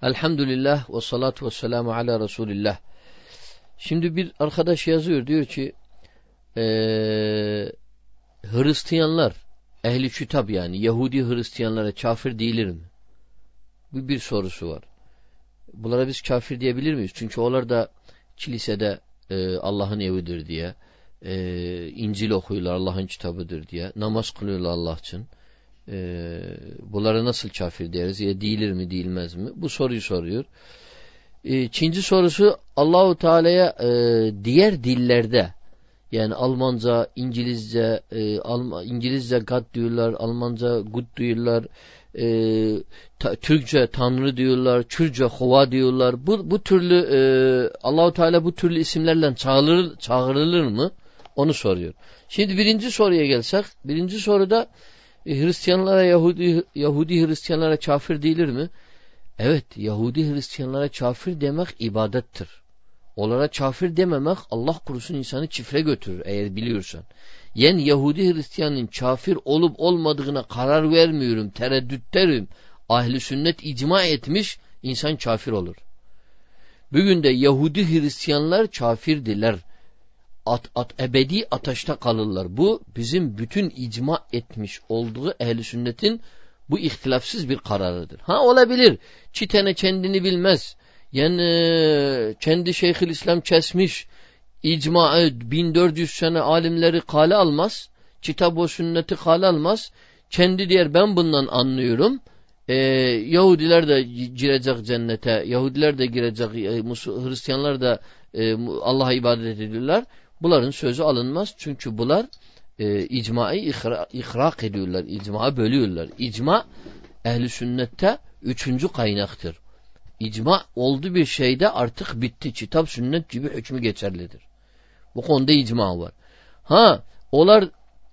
Elhamdülillah ve salatu ve selamu ala Resulillah. Şimdi bir arkadaş yazıyor, diyor ki Hristiyanlar, ehli kitap yani Yahudi Hristiyanlara kafir değilir mi? Bu bir sorusu var. Bunlara biz kafir diyebilir miyiz? Çünkü onlar da kilisede Allah'ın evidir diye, İncil okuyorlar, Allah'ın kitabıdır diye, namaz kılıyorlar Allah için. Bunlara nasıl kafir deriz? Ya değilir mi, değilmez mi? Bu soruyu soruyor. İkinci sorusu, Allahu Teala'ya diğer dillerde, yani Almanca, İngilizce, İngilizce God diyorlar, Almanca Good diyorlar, Türkçe Tanrı diyorlar, Kürtçe Hova diyorlar. Bu türlü Allahu Teala bu türlü isimlerle çağrılır mı? Onu soruyor. Şimdi birinci soruya gelsek, birinci soruda Hristiyanlara, Yahudi Hristiyanlara kafir değilir mi? Evet, Yahudi Hristiyanlara kafir demek ibadettir. Onlara kafir dememek Allah korusun insanı çifre götürür eğer biliyorsan. Yani Yahudi Hristiyanın kafir olup olmadığına karar vermiyorum, tereddütterim. Ahli sünnet icma etmiş, insan kafir olur. Bugün de Yahudi Hristiyanlar kafirdiler. Ebedi ateşte kalırlar. Bu bizim bütün icma etmiş olduğu ehli sünnetin bu ihtilafsız bir kararıdır. Olabilir. Çitene kendini bilmez. Yani kendi Şeyhülislam kesmiş. İcma 1400 sene alimleri kale almaz. Kitap o sünneti kale almaz. Kendi diğer ben bundan anlıyorum. Yahudiler de girecek cennete. Yahudiler de girecek. Hristiyanlar da Allah'a ibadet ediyorlar. Bunların sözü alınmaz. Çünkü bunlar icmayı ihrak ediyorlar. İcmayı bölüyorlar. İcma ehl-i sünnette üçüncü kaynaktır. İcma oldu bir şeyde artık bitti. Kitap sünnet gibi hükmü geçerlidir. Bu konuda icma var. Onlar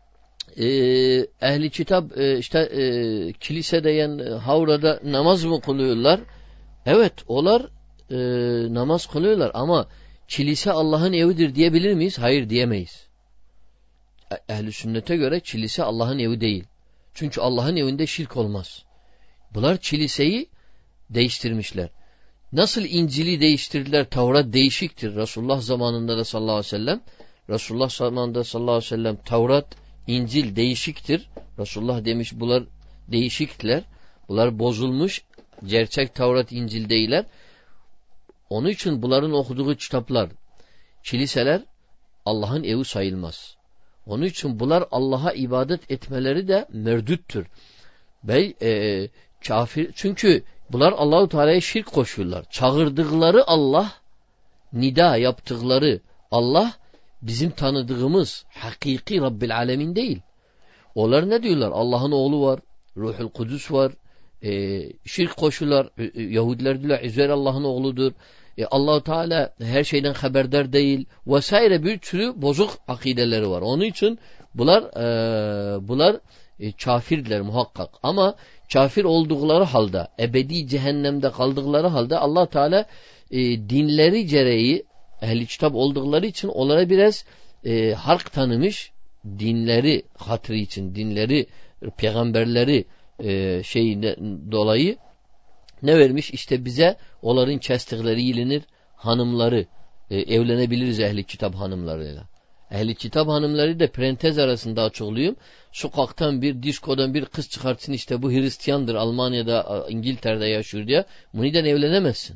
ehli kitap kilisede yani havrada namaz mı kılıyorlar? Evet, onlar namaz kılıyorlar ama kilise Allah'ın evidir diyebilir miyiz? Hayır, diyemeyiz. Ehl-i sünnete göre kilise Allah'ın evi değil. Çünkü Allah'ın evinde şirk olmaz. Bunlar kiliseyi değiştirmişler. Nasıl İncil'i değiştirdiler? Tevrat değişiktir. Resulullah zamanında da sallallahu aleyhi ve sellem, Resulullah zamanında sallallahu aleyhi ve sellem Tevrat, İncil değişiktir. Resulullah demiş bunlar değişiktiler. Bunlar bozulmuş. Gerçek Tevrat, İncil değiller. Onun için bunların okuduğu kitaplar, kiliseler Allah'ın evi sayılmaz. Onun için bunlar Allah'a ibadet etmeleri de merdüttür. Kafir, çünkü bunlar Allahu Teala'ya şirk koşuyorlar. Çağırdıkları Allah, nida yaptıkları Allah bizim tanıdığımız hakiki Rabbil Alemin değil. Onlar ne diyorlar? Allah'ın oğlu var, Ruhul Kudüs var, şirk koşuyorlar. Yahudiler diyorlar Üzeyr Allah'ın oğludur. Allah-u Teala her şeyden haberdar değil vesaire, bir sürü bozuk akideleri var. Onun için bunlar kafirler muhakkak. Ama kafir oldukları halde, ebedi cehennemde kaldıkları halde Allah Teala dinleri gereği ehli kitap oldukları için onlara biraz hark tanımış, dinleri hatırı için, dinleri, peygamberleri dolayı ne vermiş? İşte bize onların kestikleri ilinir, hanımları evlenebiliriz ehli kitap hanımlarıyla. Ehli kitap hanımları da parantez arasında açıklıyorum. Sokaktan bir, diskodan bir kız çıkartsın, işte bu Hristiyandır, Almanya'da, İngiltere'de yaşıyor diye. Buniden evlenemezsin.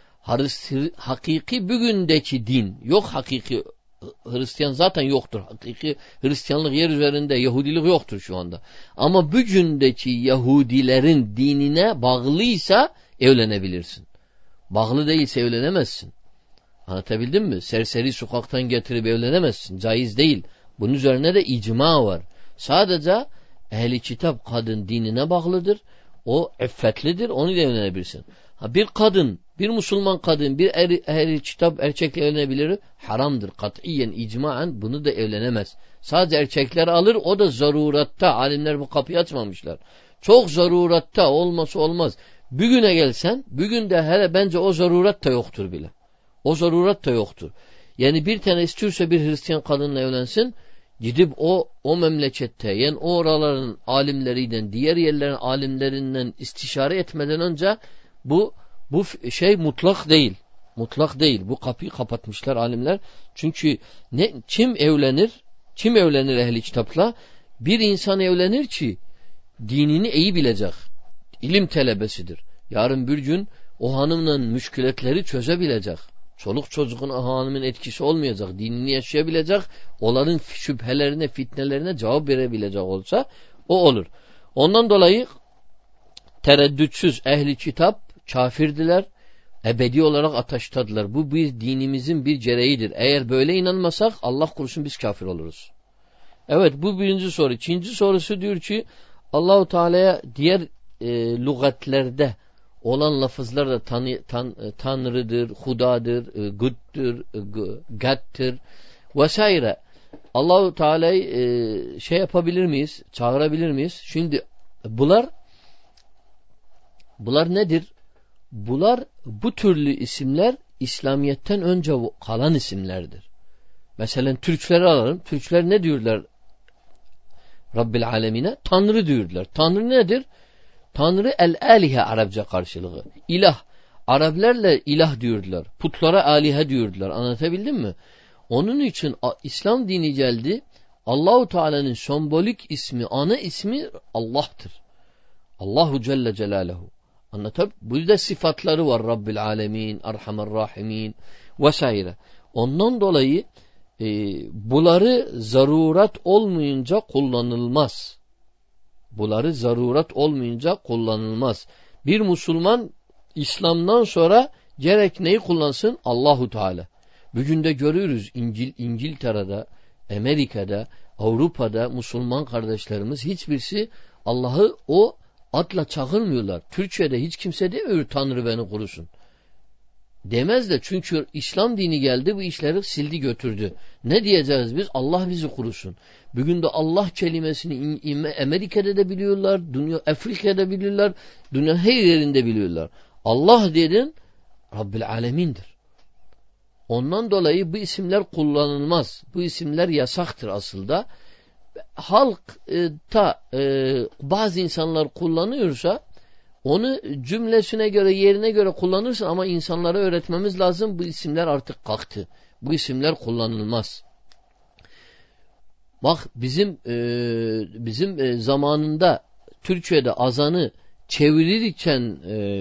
Hakiki bugündeki din yok, hakiki Hristiyan zaten yoktur. Hakiki Hristiyanlık yer üzerinde, Yahudilik yoktur şu anda. Ama bugündeki Yahudilerin dinine bağlıysa evlenebilirsin. Bağlı değilse evlenemezsin. Anlatabildim mi? Serseri sokaktan getirip evlenemezsin. Caiz değil. Bunun üzerine de icma var. Sadece ehli kitap kadın dinine bağlıdır. O iffetlidir. Onu da evlenebilirsin. Bir kadın, bir Müslüman kadın, bir ehli kitap erkekle evlenebilir. Haramdır. Katiyen, icmaen bunu da evlenemez. Sadece erkekler alır. O da zaruratta. Alimler bu kapıyı açmamışlar. Çok zaruratta olması olmaz. Bugüne gelsen, bugün de hele bence o zarurat da yoktur bile. O zarurat da yoktur. Yani bir tane istiyorsa bir Hristiyan kadınla evlensin, gidip o memlekette, yani o oraların alimleriyle, diğer yerlerin alimlerinden istişare etmeden önce bu Bu şey mutlak değil. Mutlak değil. Bu kapıyı kapatmışlar alimler. Çünkü kim evlenir? Kim evlenir ehli kitapla? Bir insan evlenir ki dinini iyi bilecek. İlim talebesidir. Yarın bir gün o hanımla müşkületleri çözebilecek. Çoluk çocuğun hanımın etkisi olmayacak. Dinini yaşayabilecek. Onların şüphelerine, fitnelerine cevap verebilecek olsa o olur. Ondan dolayı tereddütsüz ehli kitap kafirdiler. Ebedi olarak ateştedirler. Bu bir dinimizin bir gereğidir. Eğer böyle inanmasak Allah korusun biz kafir oluruz. Evet, bu birinci soru. İkinci sorusu diyor ki Allahu Teala'ya diğer lügatlerde olan lafızlar da Tanrı'dır, Hudadır, Gud'dur, Gad'tır vesaire. Allahu Teala'yı şey yapabilir miyiz? Çağırabilir miyiz? Şimdi bunlar nedir? Bu türlü isimler İslamiyet'ten önce kalan isimlerdir. Mesela Türkleri alalım. Türkler ne diyorlar Rabbil Alemine? Tanrı diyorlar. Tanrı nedir? Tanrı el-alihe Arapça karşılığı. İlah. Araplarla ilah diyorlar. Putlara alihe diyorlar. Anlatabildim mi? Onun için İslam dini geldi. Allahu Teala'nın sembolik ismi, ana ismi Allah'tır. Allahu Celle Celaluhu. Anlatabiliyor muyum? Burada sıfatları var. Rabbil Alemin, Erhamer Rahimin vesaire. Ondan dolayı bunları zaruret olmayınca kullanılmaz. Bunları zaruret olmayınca kullanılmaz. Bir Müslüman İslam'dan sonra gerek neyi kullansın? Allahu Teala. Bugün de görüyoruz İngiltere'de, Amerika'da, Avrupa'da Müslüman kardeşlerimiz hiçbirisi Allah'ı o adla çağırmıyorlar. Türkçe'de hiç kimse demiyor Tanrı beni korusun. Demez de çünkü İslam dini geldi bu işleri sildi götürdü. Ne diyeceğiz biz? Allah bizi korusun. Bugün de Allah kelimesini Amerika'da da biliyorlar, Afrika'da biliyorlar, dünyanın her yerinde biliyorlar. Allah dedin Rabbil Alemin'dir. Ondan dolayı bu isimler kullanılmaz. Bu isimler yasaktır aslında. Halkta bazı insanlar kullanıyorsa onu cümlesine göre, yerine göre kullanırsın ama insanlara öğretmemiz lazım. Bu isimler artık kalktı. Bu isimler kullanılmaz. Bak bizim zamanında Türkçe'de azanı çevirirken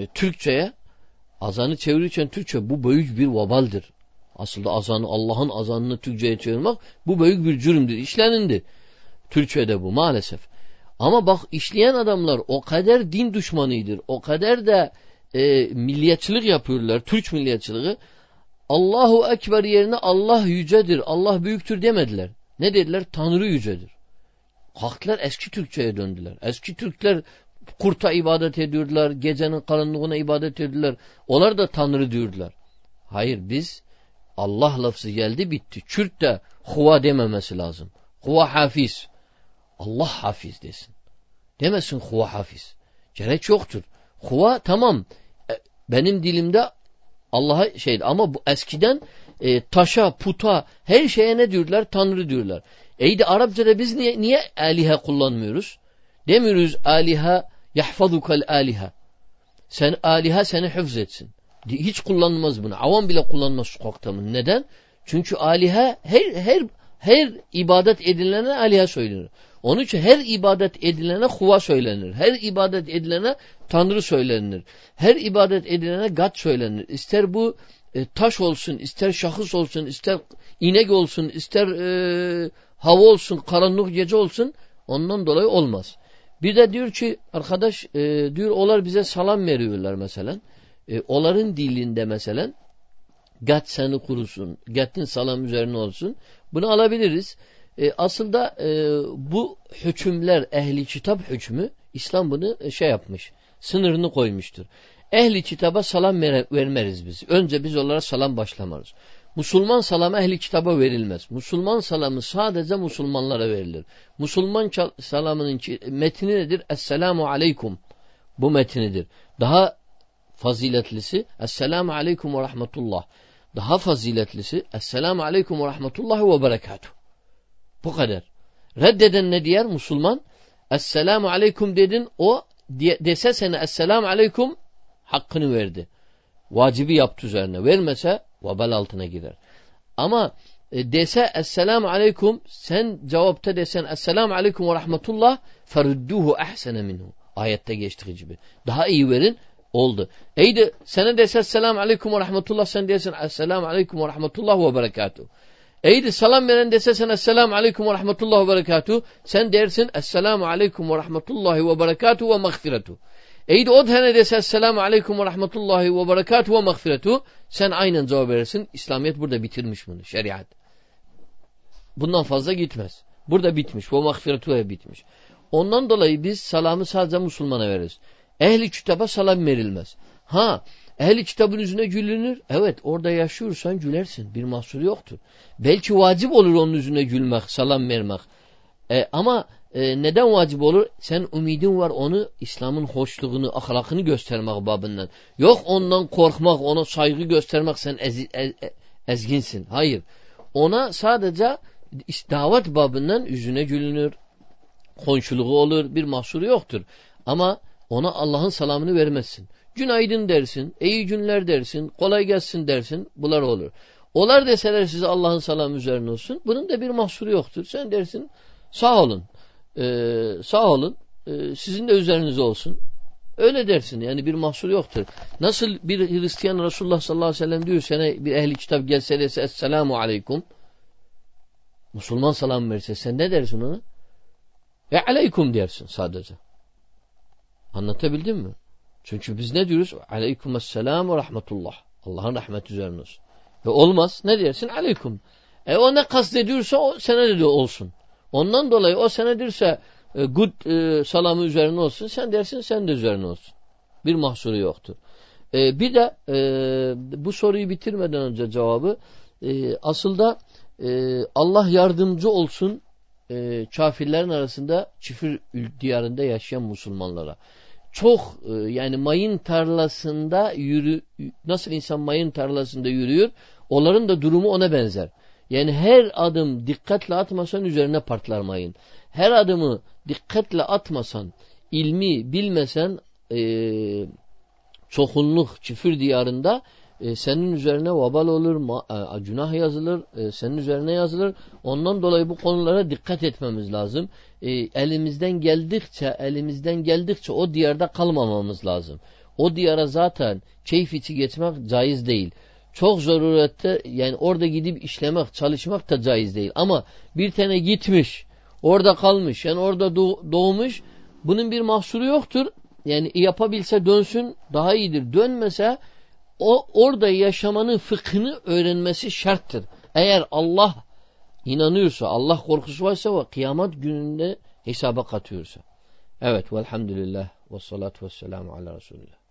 Türkçe bu büyük bir vabaldir. Aslında Allah'ın azanını Türkçe'ye çevirmek bu büyük bir cürümdür. İşlenindi. Türkçe'de bu maalesef. Ama bak işleyen adamlar o kadar din düşmanıdır. O kadar da milliyetçilik yapıyorlar. Türk milliyetçiliği. Allahu Ekber yerine Allah yücedir, Allah büyüktür demediler. Ne dediler? Tanrı yücedir. Kalktılar eski Türkçe'ye döndüler. Eski Türkler kurta ibadet ediyorlar. Gecenin karanlığına ibadet ediyorlar. Onlar da Tanrı diyorlar. Hayır biz Allah lafzı geldi bitti. Kürt de huva dememesi lazım. Huva hafiz. Allah hafiz desin. Demesin huva hafiz. Gerek yoktur. Huva tamam. Benim dilimde Allah'a ama bu eskiden taşa, puta, her şeye ne diyorlar? Tanrı diyorlar. De Arapçada biz niye alihe kullanmıyoruz? Demiyoruz alihe yahfazukel alihe. Sen alihe seni hıfz etsin. Hiç kullanılmaz bunu. Avam bile kullanmaz sokakta mı? Neden? Çünkü alihe her ibadet edilene alihe söylenir. Onun için her ibadet edilene huva söylenir. Her ibadet edilene Tanrı söylenir. Her ibadet edilene Gad söylenir. İster bu taş olsun, ister şahıs olsun, ister inek olsun, ister hava olsun, karanlık gece olsun, ondan dolayı olmaz. Bir de diyor ki arkadaş diyor onlar bize salam veriyorlar mesela. Onların dilinde mesela Gad seni kurusun, Gad'in salam üzerine olsun. Bunu alabiliriz. Aslında bu hükümler ehli kitap hükmü İslam bunu yapmış. Sınırını koymuştur. Ehli kitaba salam vermeriz biz. Önce biz onlara salam başlamarız. Müslüman salamı ehli kitaba verilmez. Müslüman salamı sadece Müslümanlara verilir. Müslüman salamının metni nedir? Esselamu aleyküm. Bu metnidir. Daha faziletlisi Esselamu aleyküm ve rahmetullah. Daha faziletlisi Esselamu aleyküm ve rahmetullah ve berekatuhu. Bu kadar. Reddeden ne diyer Müslüman? Esselamu aleyküm dedin o dese sana Esselamu aleyküm hakkını verdi. Vacibi yaptı üzerine. Vermese vebal altına girer. Ama dese Esselamu Aleyküm, sen cevapta desen Esselamu Aleyküm ve Rahmetullah ferudduhu ahsene minhu. Ayette geçtiği gibi. Daha iyi verin. Oldu. Eydi sana dese Esselamu Aleyküm ve Rahmetullah, sen desin Esselamu Aleyküm ve Rahmetullah ve Berekatuhu. Eydi salam veren dese sen Esselamu Aleyküm ve Rahmetullah ve Berekatuhu, sen dersin Esselamu Aleyküm ve Rahmetullahi ve Berekatuhu ve Mağfiretuhu. Eydi o tane dese Esselamu Aleyküm ve Rahmetullahi ve Berekatuhu ve Mağfiretuhu, sen aynen cevap verirsin. İslamiyet burada bitirmiş bunu, şeriat. Bundan fazla gitmez. Burada bitmiş. Ve Mağfiretuhu bitmiş. Ondan dolayı biz salamı sadece Müslümana veririz. Ehli kitaba salam verilmez. Ehli kitabın yüzüne gülünür. Evet, orada yaşıyorsan gülersin. Bir mahsuru yoktur. Belki vacip olur onun yüzüne gülmek, salam vermek. Ama neden vacip olur? Sen umidin var onu, İslam'ın hoşluğunu, ahlakını göstermek babından. Yok ondan korkmak, ona saygı göstermek, sen ezginsin. Hayır. Ona sadece davet babından yüzüne gülünür. Konşuluğu olur. Bir mahsuru yoktur. Ama ona Allah'ın salamını vermezsin. Günaydın dersin, iyi günler dersin, kolay gelsin dersin, bunlar olur. Onlar deseler size Allah'ın salamı üzerine olsun, bunun da bir mahsuru yoktur. Sen dersin, sağ olun, sağ olun, sizin de üzerinize olsun. Öyle dersin, yani bir mahsuru yoktur. Nasıl bir Hristiyan Resulullah sallallahu aleyhi ve sellem diyor, sana bir ehli kitap gelse dese, Esselamu Aleyküm, Müslüman salam verse, sen ne dersin ona? Aleyküm dersin sadece. Anlatabildim mi? Çünkü biz ne diyoruz? Aleykümesselam ve rahmetullah. Allah'ın rahmeti üzerine olsun. Olmaz. Ne dersin? Aleyküm. O ne kastediyorsa o sana de olsun. Ondan dolayı o sana derse good salamı üzerine olsun. Sen dersin sen de üzerine olsun. Bir mahsuru yoktur. Bir de bu soruyu bitirmeden önce cevabı aslında Allah yardımcı olsun kafirlerin arasında Çifir diyarında yaşayan Müslümanlara. Çok yani mayın tarlasında nasıl insan mayın tarlasında yürüyor, onların da durumu ona benzer. Yani her adım dikkatle atmasan üzerine patlar mayın. Her adımı dikkatle atmasan, ilmi bilmesen çoğunluk Çifir diyarında senin üzerine vebal olur, günah yazılır, senin üzerine yazılır. Ondan dolayı bu konulara dikkat etmemiz lazım. Elimizden geldikçe o diyarda kalmamamız lazım. O diyara zaten keyif içi geçmek caiz değil. Çok zarurette, yani orada gidip işlemek, çalışmak da caiz değil. Ama bir tane gitmiş, orada kalmış, yani orada doğmuş, bunun bir mahsuru yoktur. Yani yapabilse dönsün daha iyidir. Dönmese orada yaşamanın fıkhını öğrenmesi şarttır. Eğer Allah inanıyorsa, Allah korkusu varsa ve kıyamet gününde hesaba katıyorsa. Evet, velhamdülillah ve salatu ve selamu ala Resulullah.